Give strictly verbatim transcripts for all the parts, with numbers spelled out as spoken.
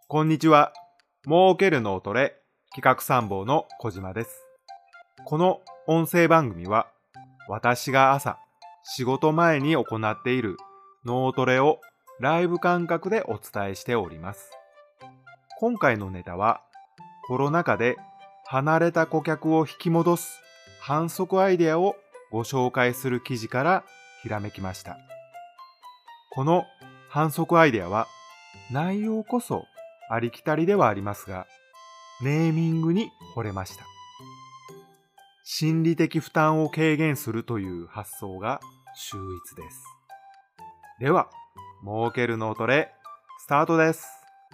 こんにちは。儲ける脳トレ企画参謀の小島です。この音声番組は、私が朝、仕事前に行っている脳トレをライブ感覚でお伝えしております。今回のネタは、コロナ禍で離れた顧客を引き戻す反則アイデアをご紹介する記事からひらめきました。この反則アイデアは、内容こそありきたりではありますが、ネーミングに惚れました。心理的負担を軽減するという発想が秀逸です。では、儲ける脳トレ、スタートです。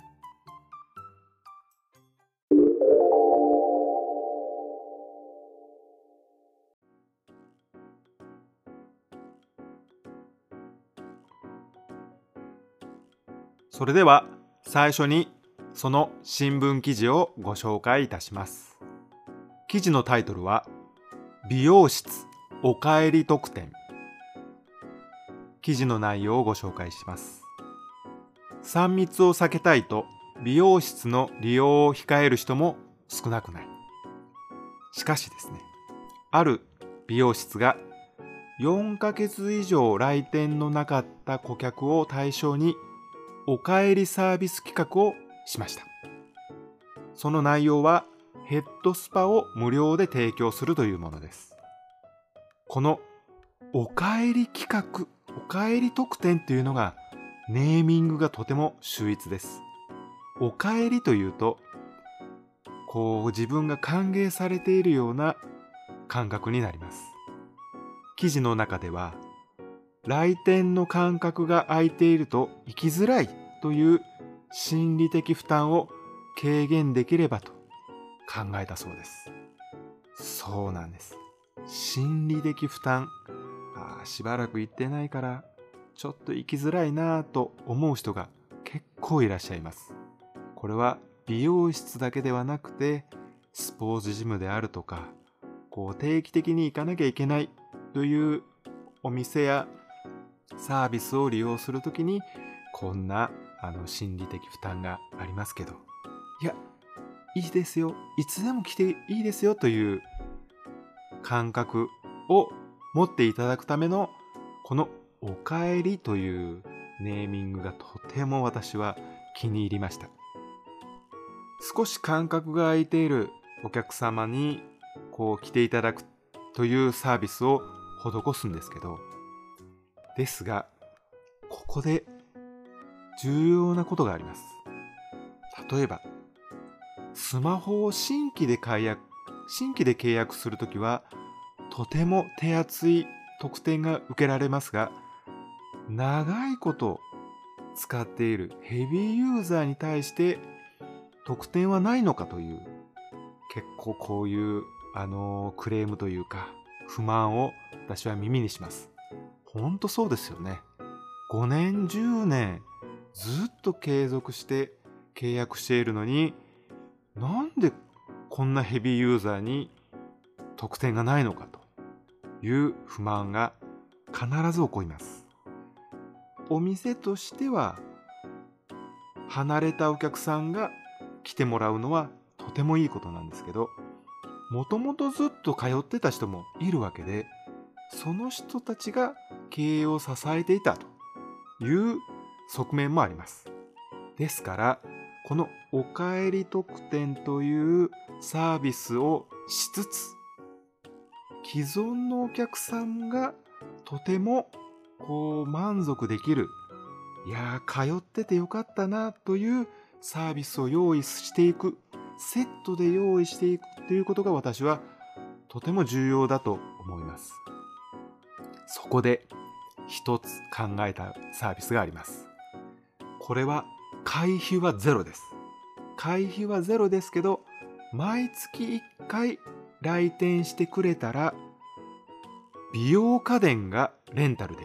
それでは、最初にその新聞記事をご紹介いたします。記事のタイトルは、美容室おかえり特典。記事の内容をご紹介します。さん密を避けたいと美容室の利用を控える人も少なくない。しかしですね、ある美容室がよんかげつ以上来店のなかった顧客を対象におかえりサービス企画をしました。その内容はヘッドスパを無料で提供するというものです。このおかえり企画、おかえり特典というのがネーミングがとても秀逸です。おかえりというと、こう自分が歓迎されているような感覚になります。記事の中では、来店の間隔が空いていると生きづらいという心理的負担を軽減できればと考えたそうです。そうなんです。心理的負担、あーしばらく行ってないからちょっと行きづらいなぁと思う人が結構いらっしゃいます。これは美容室だけではなくて、スポーツジムであるとか、こう定期的に行かなきゃいけないというお店やサービスを利用するときに、こんなあの心理的負担がありますけど、いや、いいですよ、いつでも来ていいですよという感覚を持っていただくための、このおかえりというネーミングがとても私は気に入りました。少し間隔が空いているお客様にこう来ていただくというサービスを施すんですけど、ですが、ここで重要なことがあります。例えば、スマホを新規で解約、新規で契約するときは、とても手厚い特典が受けられますが、長いこと使っているヘビーユーザーに対して特典はないのかという、結構こういうあのクレームというか不満を私は耳にします。本当そうですよね。ごねんじゅうねんずっと継続して契約しているのに、なんでこんなヘビーユーザーに特典がないのかという不満が必ず起こります。お店としては離れたお客さんが来てもらうのはとてもいいことなんですけど、もともとずっと通ってた人もいるわけで、その人たちが経営を支えていたという側面もあります。ですから、このおかえり特典というサービスをしつつ、既存のお客さんがとてもこう満足できる、いやー通っててよかったなというサービスを用意していく、セットで用意していくということが私はとても重要だと思います。そこで一つ考えたサービスがあります。これは会費はゼロです。会費はゼロですけど、毎月いっかい来店してくれたら美容家電がレンタルできる。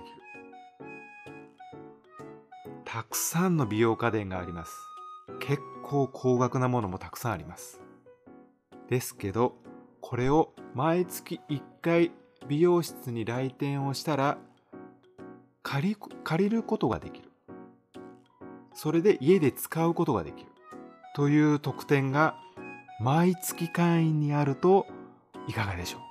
たくさんの美容家電があります。結構高額なものもたくさんあります。ですけど、これを毎月いっかい美容室に来店をしたら借り、借りることができる。それで家で使うことができる。 という特典が毎月会員にあるといかがでしょ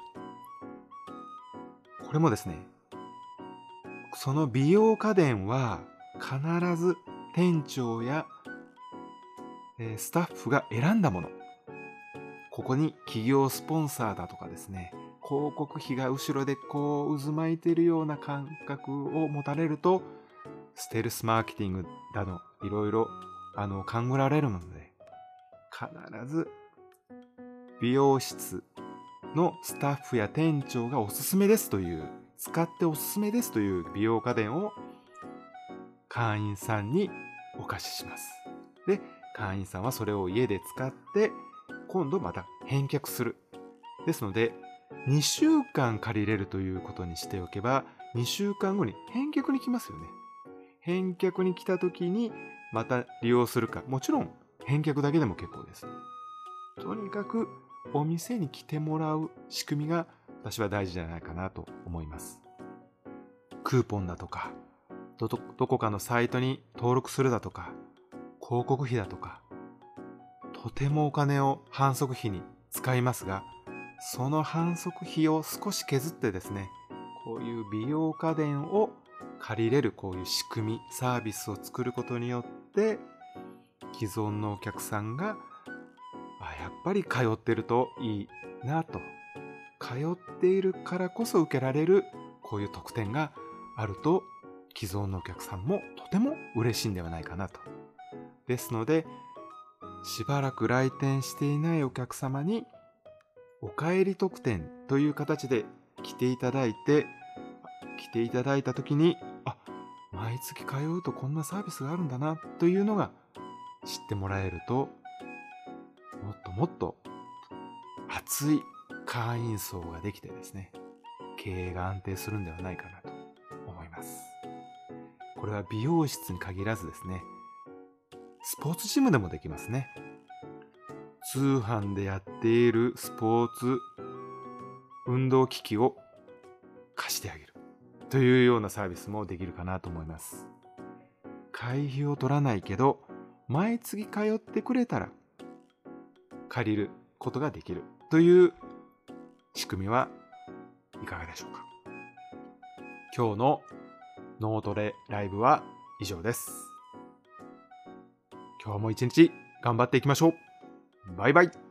う。これもですね、その美容家電は必ず店長やえースタッフが選んだもの。ここに企業スポンサーだとかですね、広告費が後ろでこう渦巻いているような感覚を持たれると、ステルスマーケティングだの、いろいろあの勘ぐられるので、必ず美容室のスタッフや店長がおすすめですという、使っておすすめですという美容家電を会員さんにお貸しします。で、会員さんはそれを家で使って今度また返却する。ですのでにしゅうかん借りれるということにしておけば、にしゅうかんごに返却に来ますよね。返却に来た時にまた利用するか、もちろん返却だけでも結構です。とにかくお店に来てもらう仕組みが私は大事じゃないかなと思います。クーポンだとか、ど, どこかのサイトに登録するだとか、広告費だとか、とてもお金を販促費に使いますが、その販促費を少し削ってですね、こういう美容家電を借りれるこういう仕組み、サービスを作ることによって、既存のお客さんがあやっぱり通ってるといいなと、通っているからこそ受けられるこういう特典があると、既存のお客さんもとても嬉しいんではないかなと。ですので、しばらく来店していないお客様にお帰り特典という形で来ていただいて、来ていただいた時に、あ、毎月通うとこんなサービスがあるんだなというのが知ってもらえると、もっともっと熱い会員層ができてですね、経営が安定するんではないかなと思います。これは美容室に限らずですね、スポーツジムでもできますね。通販でやっているスポーツ運動機器を貸してあげるというようなサービスもできるかなと思います。会費を取らないけど、毎月通ってくれたら借りることができるという仕組みはいかがでしょうか。今日の脳トレライブは以上です。今日も一日頑張っていきましょう。バイバイ。